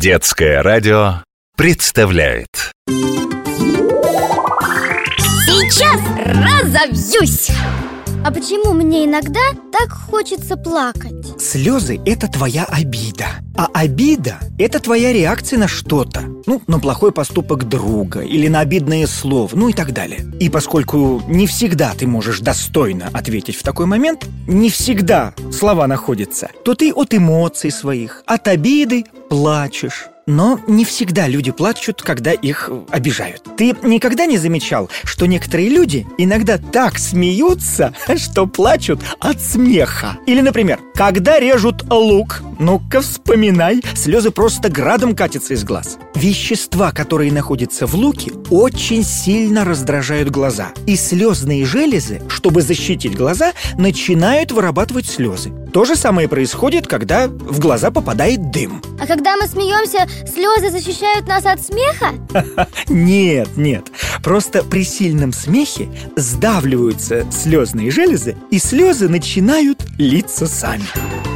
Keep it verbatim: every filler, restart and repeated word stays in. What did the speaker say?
Детское радио представляет. Сейчас разобьюсь! А почему мне иногда так хочется плакать? Слезы – это твоя обида. А обида – это твоя реакция на что-то. Ну, на плохой поступок друга или на обидное слово, ну и так далее. И поскольку не всегда ты можешь достойно ответить в такой момент, не всегда слова находятся, то ты от эмоций своих, от обиды плачешь. Но не всегда люди плачут, когда их обижают. Ты никогда не замечал, что некоторые люди иногда так смеются, что плачут от смеха? Или, например, когда режут лук, ну-ка вспоминай, слезы просто градом катятся из глаз. Вещества, которые находятся в луке, очень сильно раздражают глаза. И слезные железы, чтобы защитить глаза, начинают вырабатывать слезы. То же самое происходит, когда в глаза попадает дым. А когда мы смеемся, слезы защищают нас от смеха? Нет, нет. Просто при сильном смехе сдавливаются слезные железы, и слезы начинают литься сами.